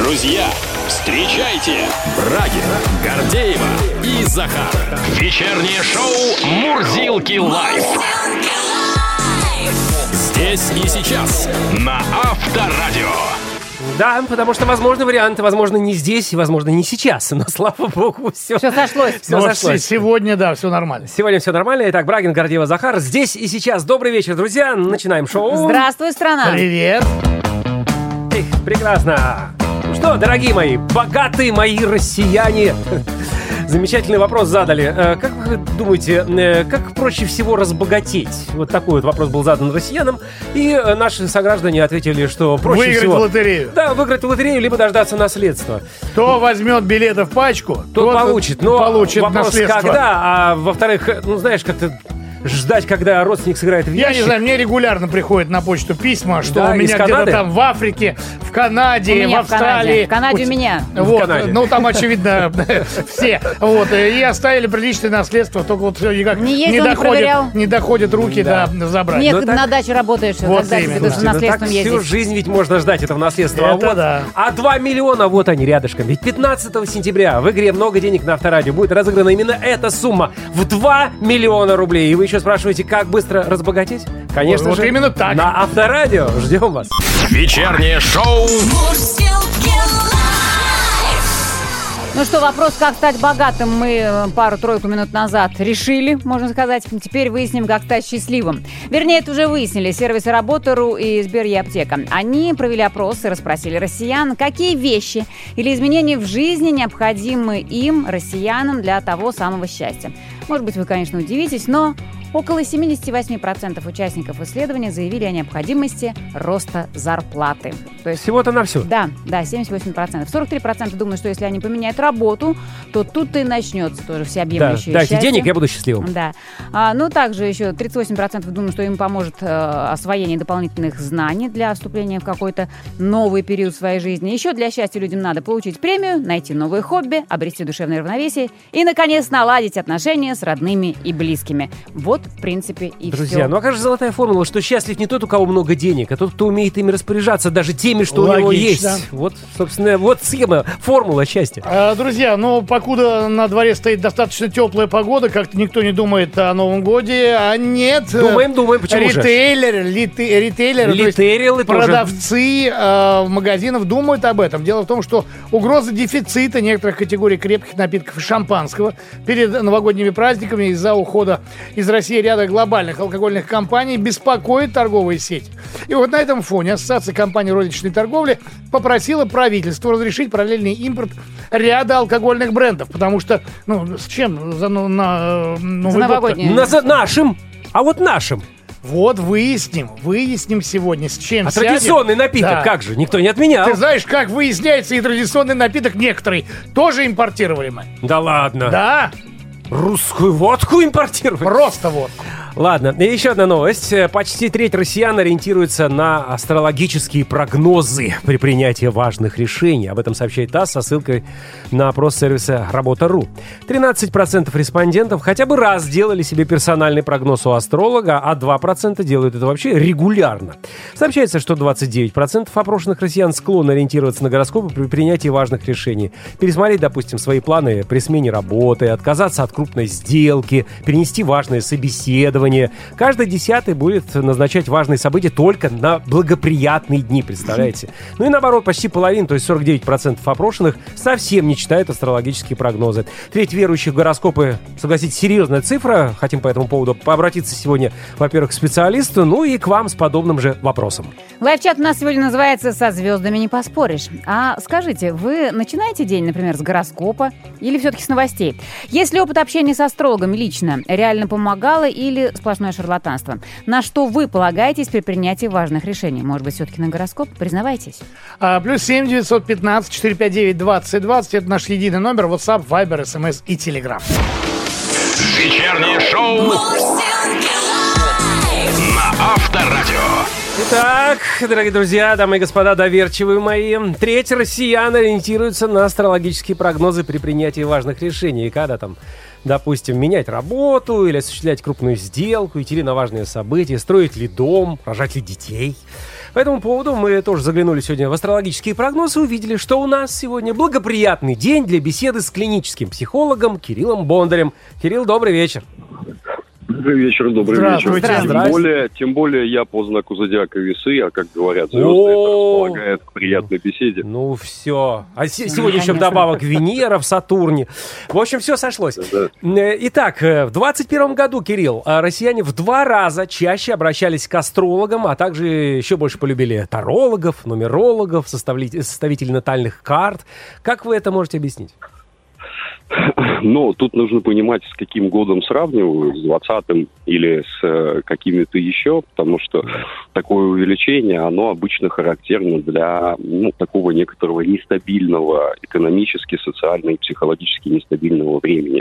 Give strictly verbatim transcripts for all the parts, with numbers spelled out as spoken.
Друзья, встречайте Брагина, Гордеева и Захар. Вечернее шоу «Мурзилки лайф». Здесь и сейчас на Авторадио. Да, потому что возможны варианты, возможно, не здесь, возможно, не сейчас, но, слава богу, все, все сошлось. Все вот сошлось. Сегодня, да, все нормально. Сегодня все нормально. Итак, Брагин, Гордеева, Захар. Здесь и сейчас. Добрый вечер, друзья. Начинаем шоу. Здравствуй, страна. Привет. Эх, прекрасно. Ну что, дорогие мои, богатые мои россияне, замечательный вопрос задали. Как вы думаете, как проще всего разбогатеть? Вот такой вот вопрос был задан россиянам. И наши сограждане ответили, что проще выиграть всего... Выиграть в лотерею. Да, выиграть в лотерею, либо дождаться наследства. Кто возьмет билеты в пачку, тот, тот получит. Но получит вопрос, наследство. Когда, а во-вторых, ну знаешь, как-то... ждать, когда родственник сыграет в ящик. Я не знаю, мне регулярно приходят на почту письма, что да, у меня где-то там в Африке, в Канаде, в Австралии. В Канаде у меня. Вот, в Канаде. Ну, там, очевидно, все. Вот, и оставили приличное наследство, только вот все никак не, ездил, не, не доходит, не доходит руки да. до забрать. Нет, ну, когда так... на даче работаешь, вот когда именно. ты с наследством ну, ездишь. Всю жизнь ведь можно ждать этого наследства. Это а, вот, да. а два миллиона, вот они рядышком. Ведь пятнадцатого сентября в игре «Много денег» на Авторадио будет разыграна именно эта сумма в два миллиона рублей. И вы еще спрашиваете, как быстро разбогатеть? Конечно вот же, именно так. На Авторадио. Ждем вас. Вечернее шоу Ну что, вопрос, как стать богатым, мы пару-тройку минут назад решили, можно сказать. Теперь выясним, как стать счастливым. Вернее, это уже выяснили сервисы Работа.ру и Сбер.Аптека. Они провели опрос и расспросили россиян, какие вещи или изменения в жизни необходимы им, россиянам, для того самого счастья. Может быть, вы, конечно, удивитесь, но около семьдесят восемь процентов участников исследования заявили о необходимости роста зарплаты. То есть, всего-то на все. Да, да, семьдесят восемь процентов. сорок три процента думают, что если они поменяют работу, то тут-то и начнется тоже всеобъемлющее да, счастье. дайте денег, я буду счастливым. Да. А, ну, также еще тридцать восемь процентов думают, что им поможет э, освоение дополнительных знаний для вступления в какой-то новый период своей жизни. Еще для счастья людям надо получить премию, найти новые хобби, обрести душевное равновесие и, наконец, наладить отношения с родными и близкими. Вот, в принципе, и Друзья, все. ну а как же золотая формула, что счастлив не тот, у кого много денег, а тот, кто умеет ими распоряжаться, даже теми, что Логично. у него есть. Вот, собственно, вот схема, формула счастья. А, друзья, ну, покуда на дворе стоит достаточно теплая погода, как-то никто не думает о Новом годе, а нет. Думаем, думаем, почему же? Ритейлеры, лите, ритейлеры, то есть Литерилы тоже. продавцы э, магазинов думают об этом. Дело в том, что угроза дефицита некоторых категорий крепких напитков и шампанского перед новогодними праздниками из-за ухода из России ряда глобальных алкогольных компаний беспокоит торговые сети. И вот на этом фоне Ассоциация компаний розничной торговли попросила правительство разрешить параллельный импорт ряда алкогольных брендов, потому что, ну, с чем за, ну, на, Новый За новогодние. На, за нашим, а вот нашим. Вот выясним, выясним сегодня, с чем А сядем. традиционный напиток, Да. как же, никто не отменял. Ты знаешь, как выясняется, и традиционный напиток некоторый тоже импортировали мы. Да ладно. Да, Русскую водку импортировать? просто водку. Ладно, и еще одна новость. Почти треть россиян ориентируется на астрологические прогнозы при принятии важных решений. Об этом сообщает ТАСС со ссылкой на опрос сервиса Работа.ру. тринадцать процентов респондентов хотя бы раз делали себе персональный прогноз у астролога, а два процента делают это вообще регулярно. Сообщается, что двадцать девять процентов опрошенных россиян склонны ориентироваться на гороскопы при принятии важных решений. Пересмотреть, допустим, свои планы при смене работы, отказаться от крупной сделки, перенести важное собеседование. Каждый десятый будет назначать важные события только на благоприятные дни, представляете? Ну и наоборот, почти половина, то есть сорок девять процентов опрошенных, совсем не читают астрологические прогнозы. Треть верующих в гороскопы, согласитесь, серьезная цифра. Хотим по этому поводу обратиться сегодня, во-первых, к специалисту, ну и к вам с подобным же вопросом. Лайфчат у нас сегодня называется «Со звездами не поспоришь». А скажите, вы начинаете день, например, с гороскопа или все-таки с новостей? Если опыт общения с астрологом лично реально помогало или сплошное шарлатанство? На что вы полагаетесь при принятии важных решений? Может быть, все-таки на гороскоп? Признавайтесь. А, плюс семь девятьсот пятнадцать четыреста пятьдесят девять двадцать двадцать. Это наш единый номер. WhatsApp, Viber, эс эм эс и Telegram. Вечернее шоу на Авторадио. Итак, дорогие друзья, дамы и господа, доверчивые мои, треть россиян ориентируются на астрологические прогнозы при принятии важных решений. И когда там, допустим, менять работу или осуществлять крупную сделку, идти ли на важные события, строить ли дом, рожать ли детей. По этому поводу мы тоже заглянули сегодня в астрологические прогнозы и увидели, что у нас сегодня благоприятный день для беседы с клиническим психологом Кириллом Бондарем. Кирилл, добрый вечер. Добрый вечер, добрый вечер. Здравствуйте. Тем более, тем более я по знаку зодиака Весы, а как говорят звезды, это располагает к приятной беседе. Ну все. А с- сегодня еще вдобавок Венера в Сатурне. В общем, все сошлось. Да. Э, Итак, э, в двадцать первом году, Кирилл, э, россияне в два раза чаще обращались к астрологам, а также еще больше полюбили тарологов, нумерологов, составли- составителей натальных карт. Как вы это можете объяснить? Но тут нужно понимать, с каким годом сравниваю, с двадцатым или с э, какими-то еще, потому что такое увеличение, оно обычно характерно для ну, такого некоторого нестабильного, экономически, социально и психологически нестабильного времени.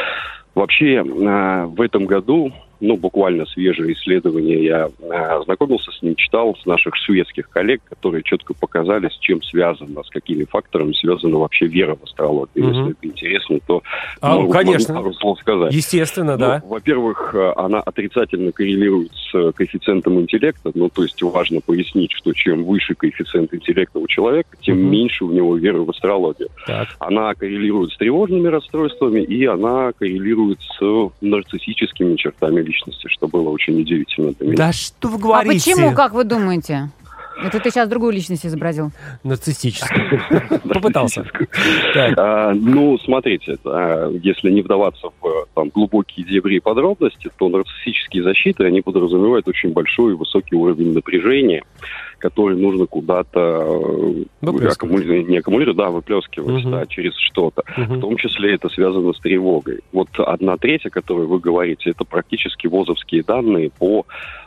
Вообще, э, в этом году, ну, буквально свежее исследование, я э, ознакомился с ним, читал с наших шведских коллег, которые четко показали, с чем связано, с какими факторами связана вообще вера в астрологию. Мгм. Если это интересно, то А, могу, конечно. могу пару слов сказать. Естественно, Ну, да. Во-первых, э, она отрицательно коррелирует с коэффициентом интеллекта, ну, то есть важно пояснить, что чем выше коэффициент интеллекта у человека, тем Мгм. меньше у него веры в астрологию. Так. Она коррелирует с тревожными расстройствами, и она коррелирует с нарциссическими чертами личности, что было очень удивительно для меня. Да что вы А говорите? почему, как вы думаете? Это ты сейчас другую личность изобразил. Нарциссический. Попытался. Так. А, ну, смотрите, а, если не вдаваться в там, глубокие дебри и подробности, то нарциссические защиты, они подразумевают очень большой и высокий уровень напряжения, который нужно куда-то э, Выплескивать. аккумули- не аккумулировать, да, выплескивать, Мгм. да, через что-то. Мгм. В том числе это связано с тревогой. Вот одна треть, о которой вы говорите, это практически вузовские данные по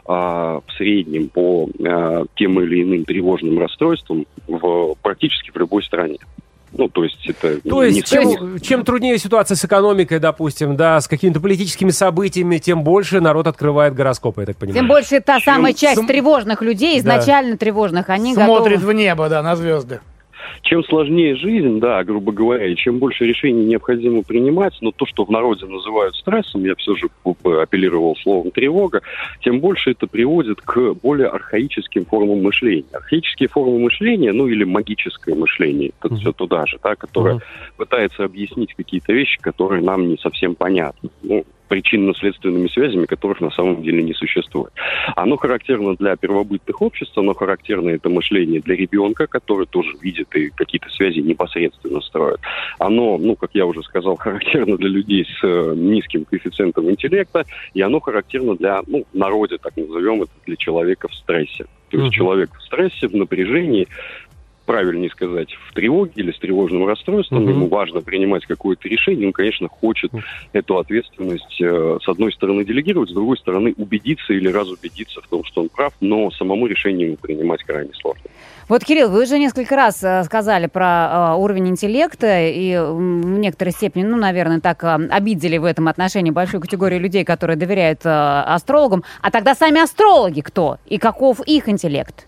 а, в среднем по а, тем или иным тревожным расстройствам в, практически в любой стране. Ну, то есть это То не есть, всего. чем, чем труднее ситуация с экономикой, допустим, да, с какими-то политическими событиями, тем больше народ открывает гороскопы, я так понимаю. Тем больше та самая часть см- тревожных людей, Да. изначально тревожных, они Смотрит готовы... в небо, да, на звезды. Чем сложнее жизнь, да, грубо говоря, и чем больше решений необходимо принимать, но то, что в народе называют стрессом, я все же апеллировал словом тревога, тем больше это приводит к более архаическим формам мышления. Архаические формы мышления, ну или магическое мышление, это Мгм. все туда же, да, которое Мгм. пытается объяснить какие-то вещи, которые нам не совсем понятны. Ну, причинно-следственными связями, которых на самом деле не существует. Оно характерно для первобытных обществ, оно характерно это мышление для ребенка, который тоже видит и какие-то связи непосредственно строит. Оно, ну, как я уже сказал, характерно для людей с э, низким коэффициентом интеллекта, и оно характерно для, ну, народа, так назовем это, для человека в стрессе. То есть Мгм. человек в стрессе, в напряжении, правильнее сказать, в тревоге или с тревожным расстройством, Мгм. ему важно принимать какое-то решение, он, конечно, хочет эту ответственность э, с одной стороны делегировать, с другой стороны убедиться или разубедиться в том, что он прав, но самому решение ему принимать крайне сложно. Вот, Кирилл, вы уже несколько раз э, сказали про э, уровень интеллекта и м, в некоторой степени, ну, наверное, так э, обидели в этом отношении большую категорию людей, которые доверяют э, астрологам. А тогда сами астрологи кто? И каков их интеллект?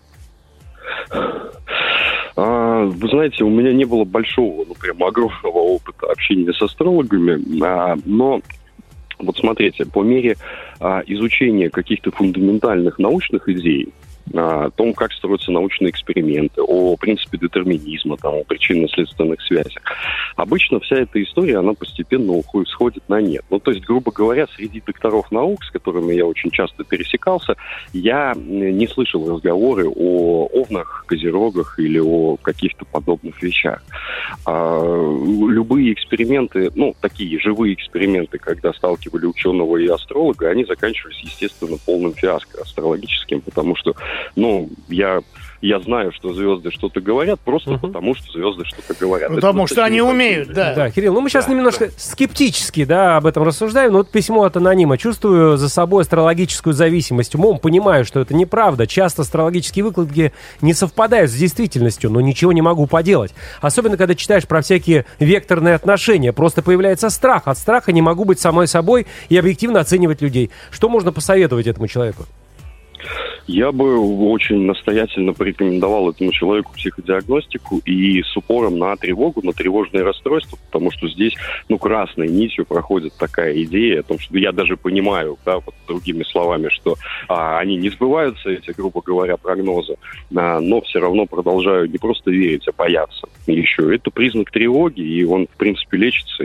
А, вы знаете, у меня не было большого, ну, прям огромного опыта общения с астрологами, а, но вот смотрите, по мере а, изучения каких-то фундаментальных научных идей, о том, как строятся научные эксперименты, о принципе детерминизма, там, о причинно-следственных связях. Обычно вся эта история, она постепенно уходит, сходит на нет. Ну, то есть, грубо говоря, среди докторов наук, с которыми я очень часто пересекался, я не слышал разговоры о овнах, козерогах или о каких-то подобных вещах. А, любые эксперименты, ну, такие живые эксперименты, когда сталкивали ученого и астролога, они заканчивались, естественно, полным фиаско астрологическим, потому что Ну, я, я знаю, что звезды что-то говорят, просто Мгм. потому, что звезды что-то говорят. Ну, Это потому что достаточно они не умеют, да. Да, Кирилл, ну мы сейчас Да, немножко скептически, да, об этом рассуждаем, но вот письмо от анонима. Чувствую за собой астрологическую зависимость. Умом понимаю, что это неправда. Часто астрологические выкладки не совпадают с действительностью, но ничего не могу поделать. Особенно, когда читаешь про всякие векторные отношения. Просто появляется страх. От страха не могу быть самой собой и объективно оценивать людей. Что можно посоветовать этому человеку? Я бы очень настоятельно порекомендовал этому человеку психодиагностику и с упором на тревогу, на тревожные расстройства, потому что здесь, ну, красной нитью проходит такая идея о том, что я даже понимаю, да, вот другими словами, что а, они не сбываются, эти, грубо говоря, прогнозы, а, но все равно продолжаю не просто верить, а бояться еще. Это признак тревоги, и он, в принципе, лечится,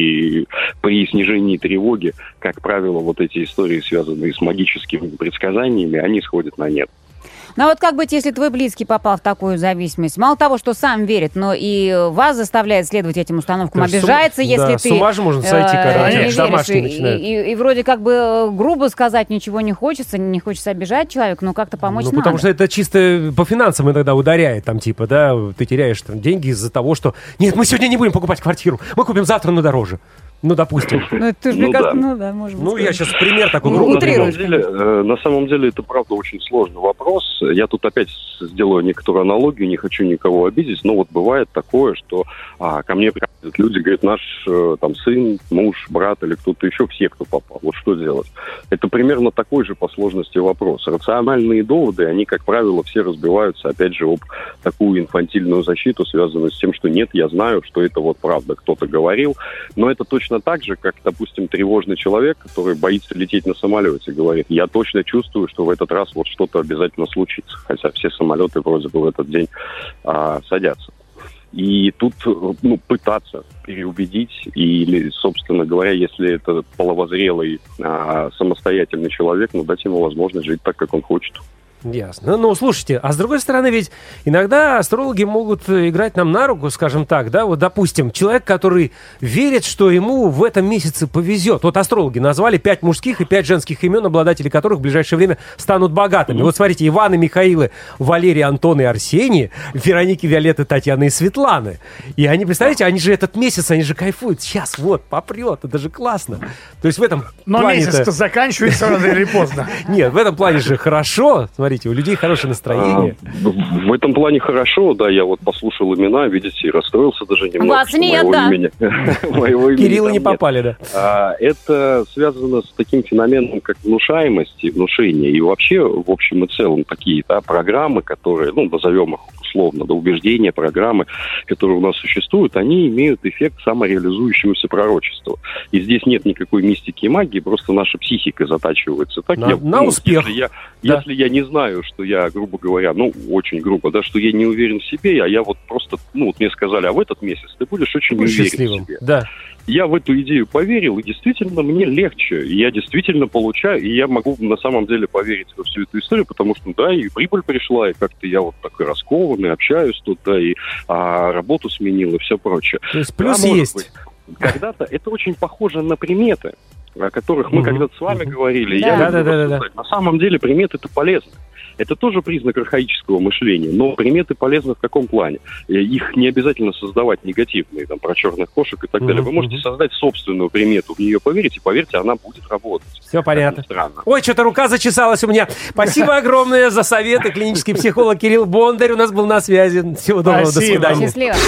и при снижении тревоги, как правило, вот эти истории, связанные с магическими предсказаниями, они сходят на нет. Ну а вот как быть, если твой близкий попал в такую зависимость? Мало того, что сам верит, но и вас заставляет следовать этим установкам, Да, обижается, с, если да, ты с ума же можно сойти, э, когда не тебя домашние веришь, и, начинают. и, и, и вроде как бы грубо сказать ничего не хочется, не хочется обижать человека, но как-то помочь Ну, надо. потому что это чисто по финансам иногда ударяет, там, типа, да, ты теряешь там деньги из-за того, что нет, мы сегодня не будем покупать квартиру, мы купим завтра, но дороже. Ну, допустим. Ну, это же, Ну, мне кажется, да. ну да, может быть. Ну, я сейчас пример такой Ну, грубо на, самом утрируешь, деле, э, на самом деле это, правда, очень сложный вопрос. Я тут опять сделаю некоторую аналогию, не хочу никого обидеть, но вот бывает такое, что а, ко мне приходят люди, говорят, наш э, там сын, муж, брат или кто-то еще, все, кто попал. Вот что делать? Это примерно такой же по сложности вопрос. Рациональные доводы, они, как правило, все разбиваются, опять же, об такую инфантильную защиту, связанную с тем, что нет, я знаю, что это вот правда, кто-то говорил, но это точно так же, как, допустим, тревожный человек, который боится лететь на самолете, говорит, я точно чувствую, что в этот раз вот что-то обязательно случится, хотя все самолеты вроде бы в этот день а, садятся. И тут, ну, пытаться переубедить, или, собственно говоря, если это половозрелый, а, самостоятельный человек, ну, дать ему возможность жить так, как он хочет. Ясно. Ну, слушайте, а с другой стороны, ведь иногда астрологи могут играть нам на руку, скажем так, да, вот, допустим, человек, который верит, что ему в этом месяце повезет. Вот астрологи назвали пять мужских и пять женских имен, обладатели которых в ближайшее время станут богатыми. Вот смотрите, Иваны, Михаилы, Валерий, Антон и Арсений, Вероники, Виолетты, Татьяны и Светланы. И они, представляете, они же этот месяц, они же кайфуют. Сейчас вот, попрет, это же классно. То есть в этом Но плане... месяц-то заканчивается рано или поздно. Нет, в этом плане же хорошо. Смотрите, у людей хорошее настроение. А, в этом плане хорошо, да, я вот послушал имена, видите, и расстроился даже немного. Вас нет, да. Моего имени Кирилла там не нет. попали, да. А, это связано с таким феноменом, как внушаемость и внушение. И вообще, в общем и целом, такие, да, программы, которые, ну, назовем их условно, да, убеждения, программы, которые у нас существуют, они имеют эффект самореализующегося пророчества. И здесь нет никакой мистики и магии, просто наша психика затачивается так. На, я, на ну, успех. Если я, Да. если я не знаю, что я, грубо говоря, ну, очень грубо, да, что я не уверен в себе, а я вот просто, ну, вот мне сказали, а в этот месяц ты будешь очень Будь уверен счастливым. в себе. Да. Я в эту идею поверил, и действительно мне легче. И я действительно получаю, и я могу на самом деле поверить во всю эту историю, потому что, да, и прибыль пришла, и как-то я вот такой раскованный, общаюсь тут, да, и а, работу сменил, и все прочее. То есть плюс Да, может есть. быть. Когда-то это очень похоже на приметы, о которых мы Мгм. когда-то с вами Мгм. говорили. Да. Я люблю Да, да, да, да, рассуждать. На самом деле приметы это полезно. Это тоже признак архаического мышления, но приметы полезны в каком плане? Э, Их не обязательно создавать негативные, там, про черных кошек и так Мгм, далее. Вы можете мгм. создать собственную примету, в нее поверить, и поверьте, она будет работать. Все понятно. Как ни странно. Ой, что-то рука зачесалась у меня. Спасибо огромное за советы. Клинический психолог Кирилл Бондарь у нас был на связи. Всего доброго, Спасибо. до свидания. Счастливо.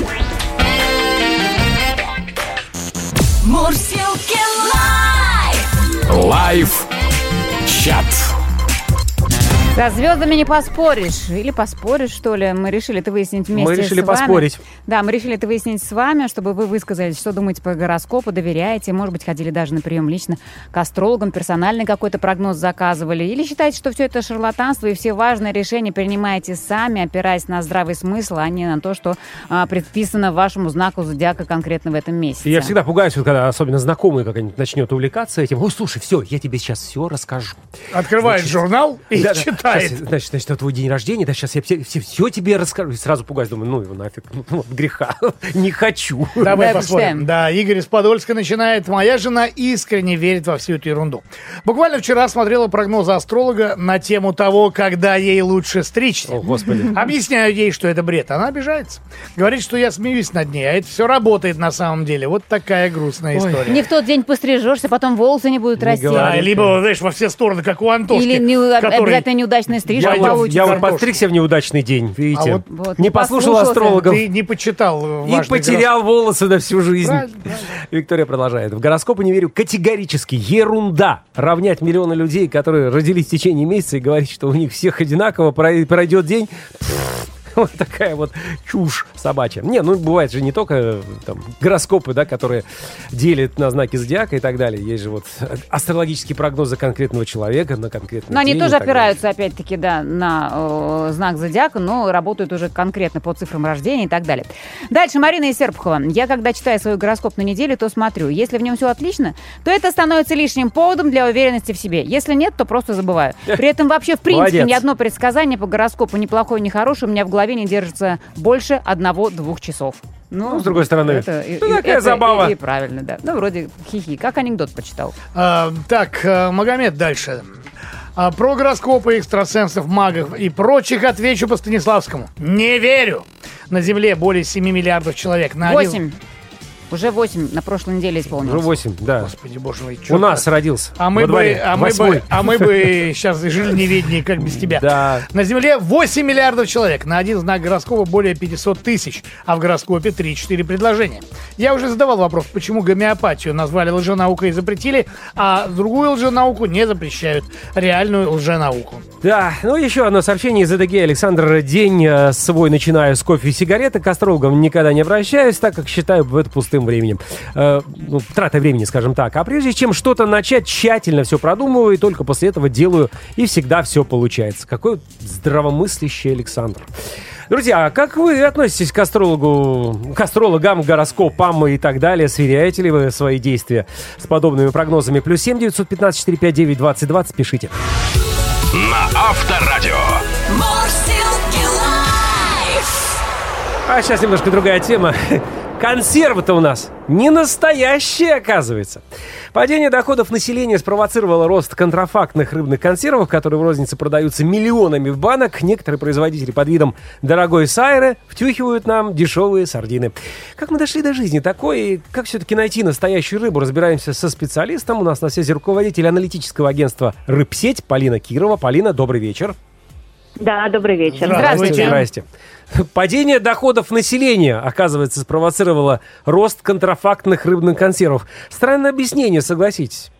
Мурсилки лайф! Лайф чат. Со звездами не поспоришь. Или поспоришь, что ли. Мы решили это выяснить вместе Мы решили с вами. поспорить. Да, мы решили это выяснить с вами, чтобы вы высказались, что думаете по гороскопу, доверяете. Может быть, ходили даже на прием лично к астрологам, персональный какой-то прогноз заказывали. Или считаете, что все это шарлатанство, и все важные решения принимаете сами, опираясь на здравый смысл, а не на то, что а, предписано вашему знаку зодиака конкретно в этом месяце. Я всегда пугаюсь, вот когда особенно знакомый как-нибудь начнет увлекаться этим. Ой, слушай, все, я тебе сейчас все расскажу. Открывает Значит, журнал и Да, да. читает. Щас, значит, значит, это твой день рождения, да, сейчас я все, все, все тебе расскажу. И сразу пугаюсь, думаю, ну его нафиг, ну, от греха, не хочу. Давай Да, посмотрим. почитаем. Да, Игорь из Подольска начинает. Моя жена искренне верит во всю эту ерунду. Буквально вчера смотрела прогнозы астролога на тему того, когда ей лучше стричься. О, Господи. Объясняю ей, что это бред. Она обижается. Говорит, что я смеюсь над ней, а это все работает на самом деле. Вот такая грустная Ой. история. Не в тот день пострижешься, потом волосы не будут Не расти. говори. Да, либо, знаешь, во все стороны, как у Антошки. Или не, который обязательно не неудачная стрижка Пойдем. получится. Я вот Картошку. подстригся в неудачный день, видите. А вот- Вот, не не послушал послушался. астрологов. Ты не почитал И важный потерял волосы на всю жизнь. Правильно, правильно. Виктория продолжает. В гороскопы не верю категорически. Ерунда. Равнять миллионы людей, которые родились в течение месяца, и говорить, что у них всех одинаково прой- пройдет день. Вот такая вот чушь собачья. Не, ну бывает же не только там, гороскопы, да, которые делят на знаки зодиака и так далее. Есть же вот астрологические прогнозы конкретного человека на конкретный Но они день и тоже так далее. опираются, опять-таки, да, на э, знак зодиака, но работают уже конкретно по цифрам рождения и так далее. Дальше Марина из Серпухова. Я, когда читаю свой гороскоп на неделю, то смотрю. Если в нем все отлично, то это становится лишним поводом для уверенности в себе. Если нет, то просто забываю. При этом вообще, в принципе, Молодец. ни одно предсказание по гороскопу, ни плохое, ни хорошее, у меня в голове не держится больше одного-двух часов. Ну, с другой стороны, это, и- ну, и- такая это забава. И, и правильно, да. Ну, вроде хихи, как анекдот почитал. А, так, а, Магомед дальше. А, про гороскопы экстрасенсов, магов и прочих отвечу по Станиславскому. Не верю. На Земле более семи миллиардов человек. На один- Восемь. Уже восемь на прошлой неделе исполнилось. Уже восемь, да. Господи, боже мой. У чё нас ты? родился. А мы, во бы, дворе. а, мы бы, Восьмой. а мы бы сейчас жили неведнее, как без тебя. Да. На Земле восемь миллиардов человек. На один знак гороскопа более пятьсот тысяч, а в гороскопе три-четыре предложения. Я уже задавал вопрос, почему гомеопатию назвали лженаукой и запретили, а другую лженауку не запрещают. Реальную лженауку. Да, ну еще одно сообщение из ЭДГ. Александр, день э, свой начинаю с кофе и сигареты. К астрологам никогда не обращаюсь, так как считаю это пустым временем. Э, ну, тратой времени, скажем так. А прежде чем что-то начать, тщательно все продумываю, и только после этого делаю, и всегда все получается. Какой вот здравомыслящий Александр. Друзья, а как вы относитесь к астрологу, к астрологам, гороскопам и так далее? Сверяете ли вы свои действия с подобными прогнозами? Плюс семь девятьсот пятнадцать четыреста пятьдесят девять двадцать двадцать, пишите. На Авторадио. А сейчас немножко другая тема. Консервы-то у нас не настоящие, оказывается. Падение доходов населения спровоцировало рост контрафактных рыбных консервов, которые в рознице продаются миллионами в банок. Некоторые производители под видом дорогой сайры втюхивают нам дешевые сардины. Как мы дошли до жизни такой, и как все-таки найти настоящую рыбу, разбираемся со специалистом. У нас на связи руководитель аналитического агентства «Рыбсеть» Полина Кирова. Полина, добрый вечер. Да, добрый вечер. Здравствуйте. Здрасте. Падение доходов населения, оказывается, спровоцировало рост контрафактных рыбных консервов. Странное объяснение, согласитесь.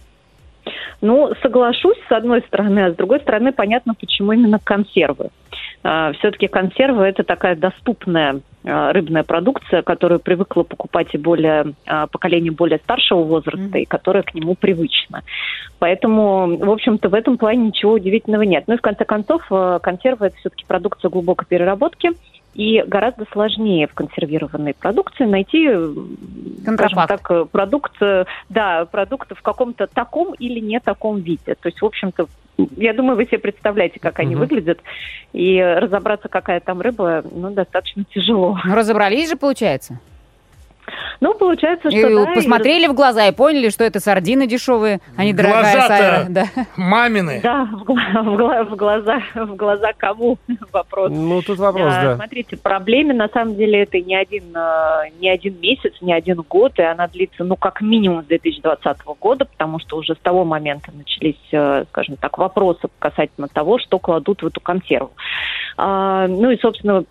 Ну, соглашусь, с одной стороны, а с другой стороны, понятно, почему именно консервы. Все-таки консервы – это такая доступная рыбная продукция, которую привыкло покупать и более, поколение более старшего возраста, mm-hmm. и которая к нему привычна. Поэтому, в общем-то, в этом плане ничего удивительного нет. Ну и в конце концов, консервы – это все-таки продукция глубокой переработки, и гораздо сложнее в консервированной продукции найти, скажем так, продукт, да, продукт в каком-то таком или не таком виде. То есть, в общем-то, я думаю, вы себе представляете, как они uh-huh. выглядят, и разобраться, какая там рыба, ну, достаточно тяжело. Ну, разобрались же, получается? Ну, получается, что и да. Посмотрели и... в глаза и поняли, что это сардины дешевые, а не дорогая сайра. Да. Мамины. Да, в, гла- в, гла- в глаза, в глаза кому вопрос. Ну, тут вопрос, а, да. Смотрите, проблеме, на самом деле, это не один, не один месяц, не один год, и она длится, ну, как минимум с две тысячи двадцатого года, потому что уже с того момента начались, скажем так, вопросы касательно того, что кладут в эту консерву. А, ну, и, собственно...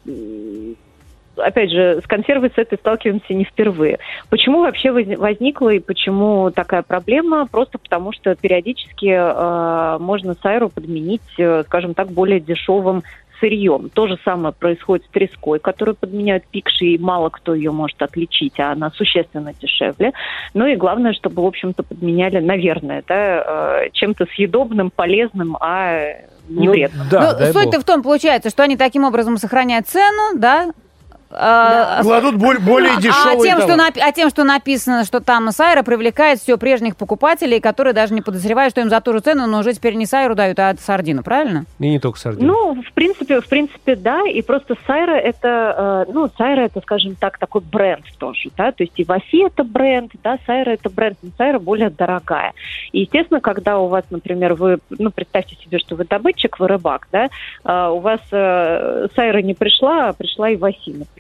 Опять же, с консервой с этой сталкиваемся не впервые. Почему вообще возникла и почему такая проблема? Просто потому, что периодически э, можно сайру подменить, э, скажем так, более дешевым сырьем. То же самое происходит с треской, которую подменяют пикши, и мало кто ее может отличить, а она существенно дешевле. Ну и главное, чтобы, в общем-то, подменяли, наверное, да, э, чем-то съедобным, полезным, а не ну, вредным. Да, ну, суть-то в том, получается, что они таким образом сохраняют цену, да, Да. А, Кладут более, более дешевые а тем, товары. что напи- а тем, что написано, что там сайра привлекает все прежних покупателей, которые даже не подозревают, что им за ту же цену, но уже теперь не сайру дают, а сардину, правильно? И не только сардину. Ну, в принципе, в принципе, да, и просто сайра это, э, ну, сайра это, скажем так, такой бренд тоже, да, то есть и васи это бренд, да, сайра это бренд, но сайра более дорогая. И, естественно, когда у вас, например, вы, ну, представьте себе, что вы добытчик, вы рыбак, да, э, у вас э, сайра не пришла, а пришла и васи, например.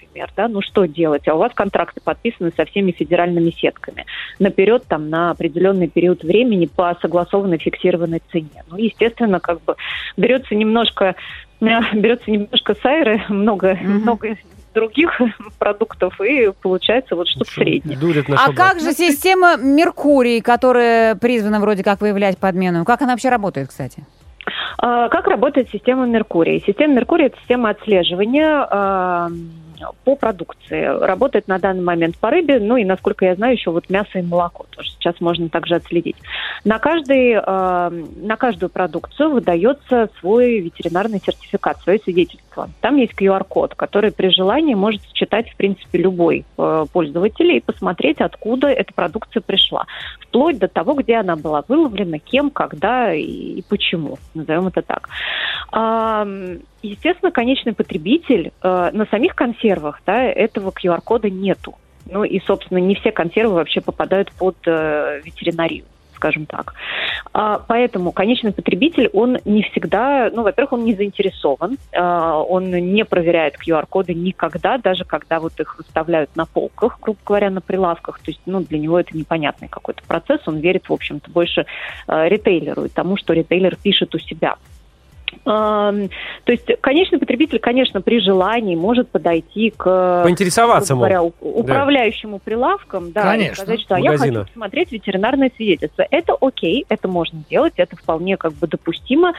например, да, ну что делать? А у вас контракты подписаны со всеми федеральными сетками наперед там на определенный период времени по согласованной фиксированной цене. Ну, естественно, как бы берется немножко, берется немножко сайры, много, mm-hmm. много других продуктов, и получается вот что-то среднее. А как же система Меркурий, которая призвана вроде как выявлять подмену? Как она вообще работает, кстати? Как работает система Меркурий? Система Меркурий – это система отслеживания по продукции. Работает на данный момент по рыбе, ну и, насколько я знаю, еще вот мясо и молоко тоже сейчас можно также отследить. На, каждый, на каждую продукцию выдается свой ветеринарный сертификат, свое свидетельство. Там есть ку ар-код, который при желании может считать, в принципе, любой пользователь и посмотреть, откуда эта продукция пришла. Вплоть до того, где она была выловлена, кем, когда и почему. Назовем это так. Естественно, конечный потребитель э, на самих консервах, да, этого ку ар-кода нету. Ну и, собственно, не все консервы вообще попадают под э, ветеринарию, скажем так. А, поэтому конечный потребитель, он не всегда, ну, во-первых, он не заинтересован, э, он не проверяет ку ар-коды никогда, даже когда вот их выставляют на полках, грубо говоря, на прилавках. То есть, ну, для него это непонятный какой-то процесс, он верит, в общем-то, больше э, ритейлеру и тому, что ритейлер пишет у себя. То есть конечный потребитель, конечно, при желании может подойти к, поинтересоваться, говоря, управляющему да. прилавком, да, и сказать, что а я хочу посмотреть ветеринарное свидетельство. Это окей, это можно делать, это вполне как бы допустимо.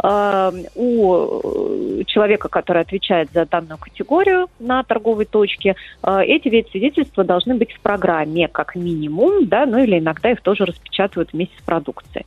У человека, который отвечает за данную категорию на торговой точке, эти ведь свидетельства должны быть в программе как минимум, да, ну или иногда их тоже распечатывают вместе с продукцией.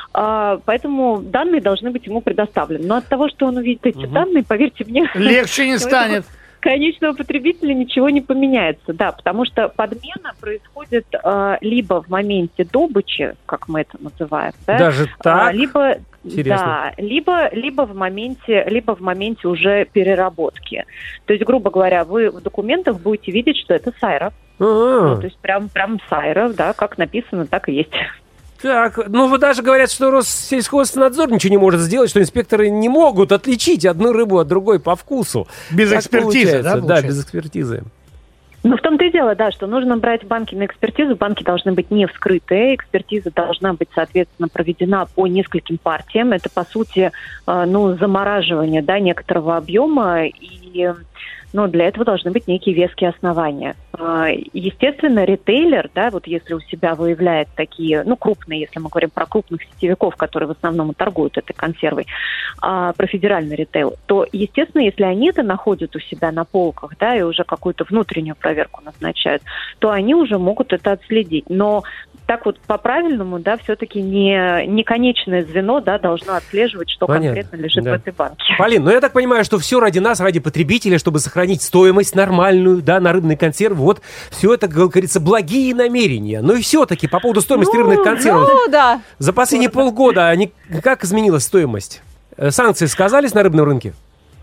Поэтому данные должны быть ему предоставлены. Но от того, что он увидит эти угу. данные, поверьте мне... Легче не станет. Конечного потребителя ничего не поменяется, да, потому что подмена происходит э, либо в моменте добычи, как мы это называем, да, даже так? А, либо, Интересно. да, либо, либо, в моменте, либо в моменте уже переработки. То есть, грубо говоря, вы в документах будете видеть, что это сайра. Ну, то есть прям, прям сайра, да, как написано, так и есть. Так, ну вы даже говорят, что Россельхознадзор ничего не может сделать, что инспекторы не могут отличить одну рыбу от другой по вкусу. Без так экспертизы, да? Да, без экспертизы. Ну, в том-то и дело, да, что нужно брать банки на экспертизу. Банки должны быть не вскрытые. Экспертиза должна быть, соответственно, проведена по нескольким партиям. Это, по сути, ну, замораживание, да, некоторого объема. И, ну, для этого должны быть некие веские основания. Естественно, ритейлер, да, вот если у себя выявляет такие, ну, крупные, если мы говорим про крупных сетевиков, которые в основном и торгуют этой консервой, а, про федеральный ритейл, то, естественно, если они это находят у себя на полках, да, и уже какую-то внутреннюю проверку назначают, то они уже могут это отследить. Но так вот по-правильному, да, все-таки не, не конечное звено, да, должно отслеживать, что Понятно. конкретно лежит да. в этой банке. Полин, ну я так понимаю, что все ради нас, ради потребителя, чтобы сохранить стоимость нормальную, да, на рыбные консервы. Вот все это, как говорится, благие намерения. Но и все-таки по поводу стоимости ну, рыбных консервов. Ну, да. За последние Скоро. полгода они, как изменилась стоимость? Санкции сказались на рыбном рынке?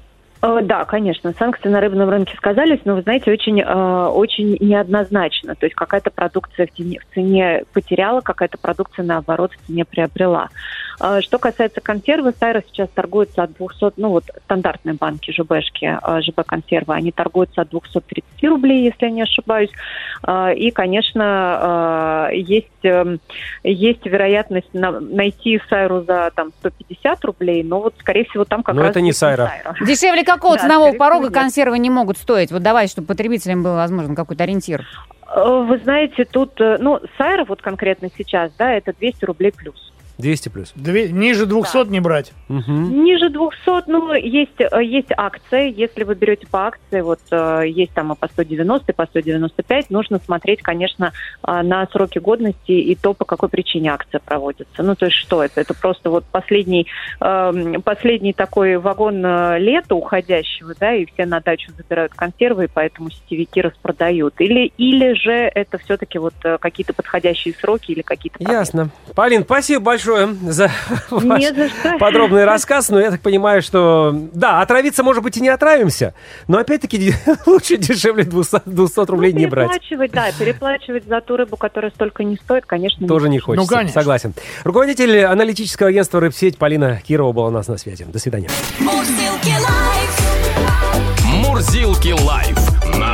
Да, конечно, санкции на рыбном рынке сказались, но, вы знаете, очень, очень неоднозначно. То есть какая-то продукция в цене, в цене потеряла, какая-то продукция, наоборот, в цене приобрела. Что касается консервы, сайра сейчас торгуется от двухсот, ну вот стандартные банки ЖБшки, ЖБ-консервы, они торгуются от двухсот тридцати рублей, если я не ошибаюсь. И, конечно, есть, есть вероятность найти сайру за там, сто пятьдесят рублей, но вот, скорее всего, там как но раз... это не сайра. сайра. Дешевле какого да, ценового порога нет. консервы не могут стоить? Вот давай, чтобы потребителям был возможен какой-то ориентир. Вы знаете, тут, ну, сайра вот конкретно сейчас, да, это двести рублей плюс. двести плюс. Две, ниже двухсот да. не брать. Угу. Ниже двухсот, ну, есть, есть акции. Если вы берете по акции, вот есть там и по сто девяносто, и по сто девяносто пять, нужно смотреть, конечно, на сроки годности и то, по какой причине акция проводится. Ну, то есть что это? Это просто вот последний, последний такой вагон лета уходящего, да, и все на дачу забирают консервы, и поэтому сетевики распродают. Или, или же это все-таки вот какие-то подходящие сроки или какие-то... Ясно. Полин, спасибо большое за ваш за подробный рассказ, но я так понимаю, что да, отравиться, может быть, и не отравимся, но опять-таки лучше дешевле двухсот рублей ну, не брать. Переплачивать, да, переплачивать за ту рыбу, которая столько не стоит, конечно, тоже не хочется. Ну, конечно. Согласен. Руководитель аналитического агентства «Рыбсеть» Полина Кирова была у нас на связи. До свидания. Мурзилки лайф. Мурзилки лайф на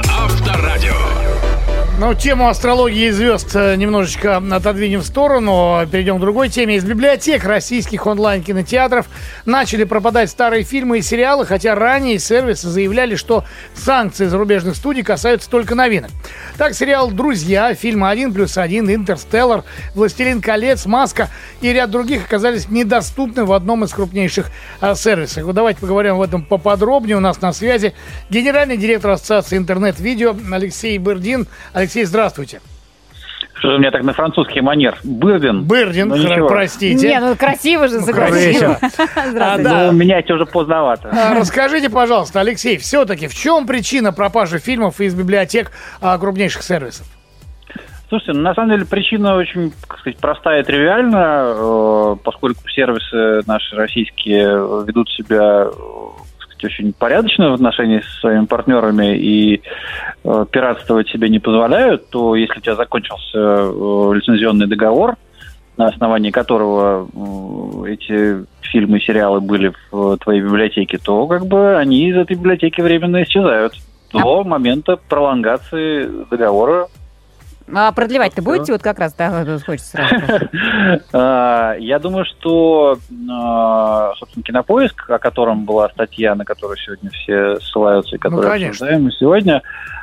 Ну, тему астрологии и звезд немножечко отодвинем в сторону. Перейдем к другой теме. Из библиотек российских онлайн-кинотеатров начали пропадать старые фильмы и сериалы, хотя ранее сервисы заявляли, что санкции зарубежных студий касаются только новинок. Так, сериал «Друзья», фильмы «Один плюс один», «Интерстеллар», «Властелин колец», «Маска» и ряд других оказались недоступны в одном из крупнейших а, сервисов. Вот давайте поговорим об этом поподробнее. У нас на связи генеральный директор Ассоциации интернет-видео Алексей Бырдин. Алексей, здравствуйте. Что же у меня так на французский манер? Бырдин. Бырдин, ну, хра- простите. Не, ну красиво же, ну, красиво. А, да. Ну, менять уже поздновато. А, расскажите, пожалуйста, Алексей, все-таки в чем причина пропажи фильмов из библиотек а, крупнейших сервисов? Слушайте, на самом деле причина очень, так сказать, простая и тривиальна, э, поскольку сервисы наши российские ведут себя очень порядочно в отношении с своими партнерами и э, пиратствовать себе не позволяют, то если у тебя закончился э, лицензионный договор, на основании которого э, эти фильмы и сериалы были в э, твоей библиотеке, то как бы они из этой библиотеки временно исчезают до а... момента пролонгации договора. А продлевать-то будете? Вот как раз, да, хочется сразу. Я думаю, что, собственно, «Кинопоиск», о котором была статья, на которую сегодня все ссылаются и которую ну, обсуждаем сегодня,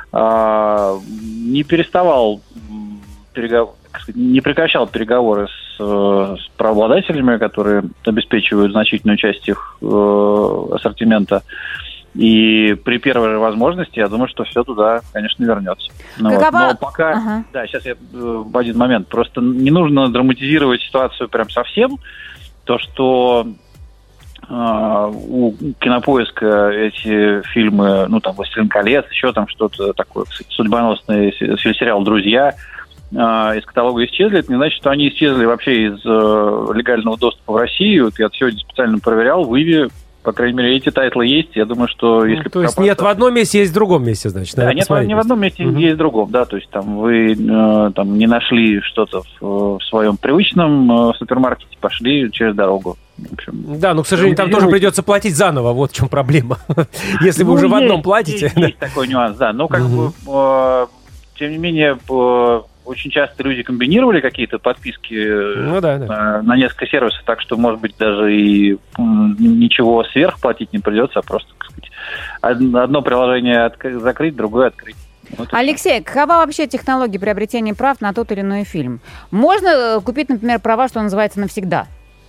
не переставал, не прекращал переговоры с, с правообладателями, которые обеспечивают значительную часть их ассортимента. И при первой же возможности, я думаю, что все туда, конечно, вернется. Ну, вот. Но пока... Ага. Да, сейчас я в один момент. Просто не нужно драматизировать ситуацию прям совсем. То, что э, у «Кинопоиска» эти фильмы, ну, там, «Властелин колец», еще там что-то такое, кстати, судьбоносный сериал «Друзья», э, из каталога исчезли. Это не значит, что они исчезли вообще из э, легального доступа в Россию. Вот я сегодня специально проверял, в Иви, по крайней мере, эти тайтлы есть. Я думаю, что если... Ну, то есть нет в одном месте, есть в другом месте, значит. Да, нет не в одном месте, угу. есть в другом, да. То есть там вы э, там, не нашли что-то в, в своем привычном э, супермаркете, пошли через дорогу. В общем, да, но, к сожалению, там тоже придется платить заново. Вот в чем проблема. Если вы уже в одном платите. Есть такой нюанс, да. Но как бы, тем не менее... Очень часто люди комбинировали какие-то подписки ну, да, да. На, на несколько сервисов, так что, может быть, даже и ничего сверх платить не придется, а просто, так сказать, одно приложение отк- закрыть, другое открыть. Вот Алексей, это. Какова вообще технология приобретения прав на тот или иной фильм? Можно купить, например, права, что называется, навсегда?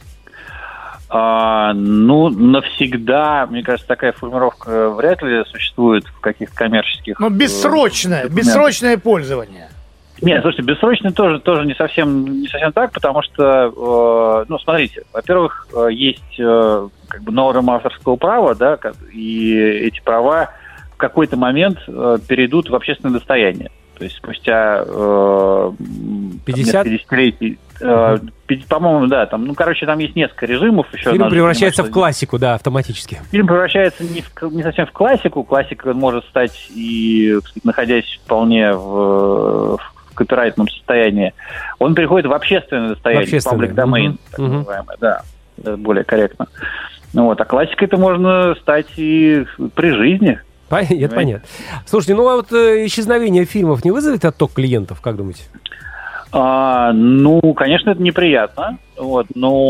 А, ну, навсегда, мне кажется, такая формулировка вряд ли существует в каких-то коммерческих... Ну, бессрочное, бессрочное пользование. Нет, слушайте, бессрочный тоже, тоже не совсем, не совсем так, потому что, э, ну, смотрите, во-первых, э, есть э, как бы норма авторского права, да, и эти права в какой-то момент э, перейдут в общественное достояние. То есть спустя э, пятьдесят десятилетий, э, по-моему, да, там, ну, короче, там есть несколько режимов. Еще фильм превращается понимать, в классику, да, автоматически. Фильм превращается не, в, не совсем в классику. Классика может стать и, так сказать, находясь вполне в, в копирайтном состоянии. Он переходит в общественное состояние, в public domain, угу. так называемое, да, более корректно. Ну, вот, а классикой это можно стать и при жизни. Это понятно. Слушайте, ну а вот э, исчезновение фильмов не вызовет отток клиентов, как думаете? А, ну, конечно, это неприятно, вот,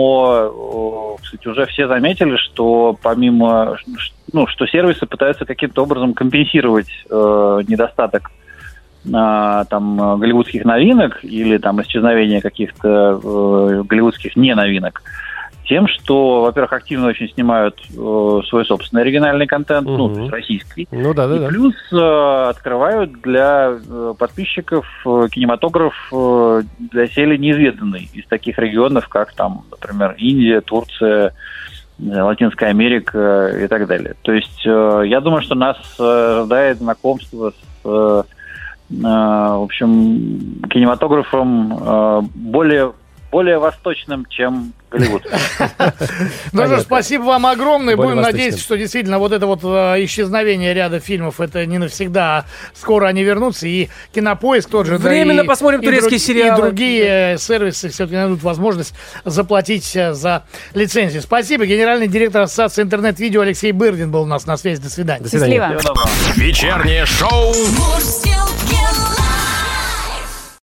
но, кстати, уже все заметили, что помимо, ну, что сервисы пытаются каким-то образом компенсировать э, недостаток э, там голливудских новинок или там исчезновение каких-то э, голливудских не-новинок тем, что, во-первых, активно очень снимают э, свой собственный оригинальный контент, угу. ну, то есть российский. Ну, да, да, и да. плюс э, открывают для э, подписчиков э, кинематограф э, доселе неизведанный из таких регионов, как там, например, Индия, Турция, э, Латинская Америка и так далее. То есть э, я думаю, что нас э, ожидает знакомство с э, э, в общем, кинематографом э, более более восточным, чем Голливуд. Ну же, спасибо вам огромное. Будем надеяться, что действительно вот это вот исчезновение ряда фильмов, это не навсегда, а скоро они вернутся. И Кинопоиск тот же. Временно посмотрим турецкие сериалы. И другие сервисы все-таки найдут возможность заплатить за лицензию. Спасибо. Генеральный директор Ассоциации интернет-видео Алексей Бырдин был у нас на связи. До свидания. Счастливо. Вечернее шоу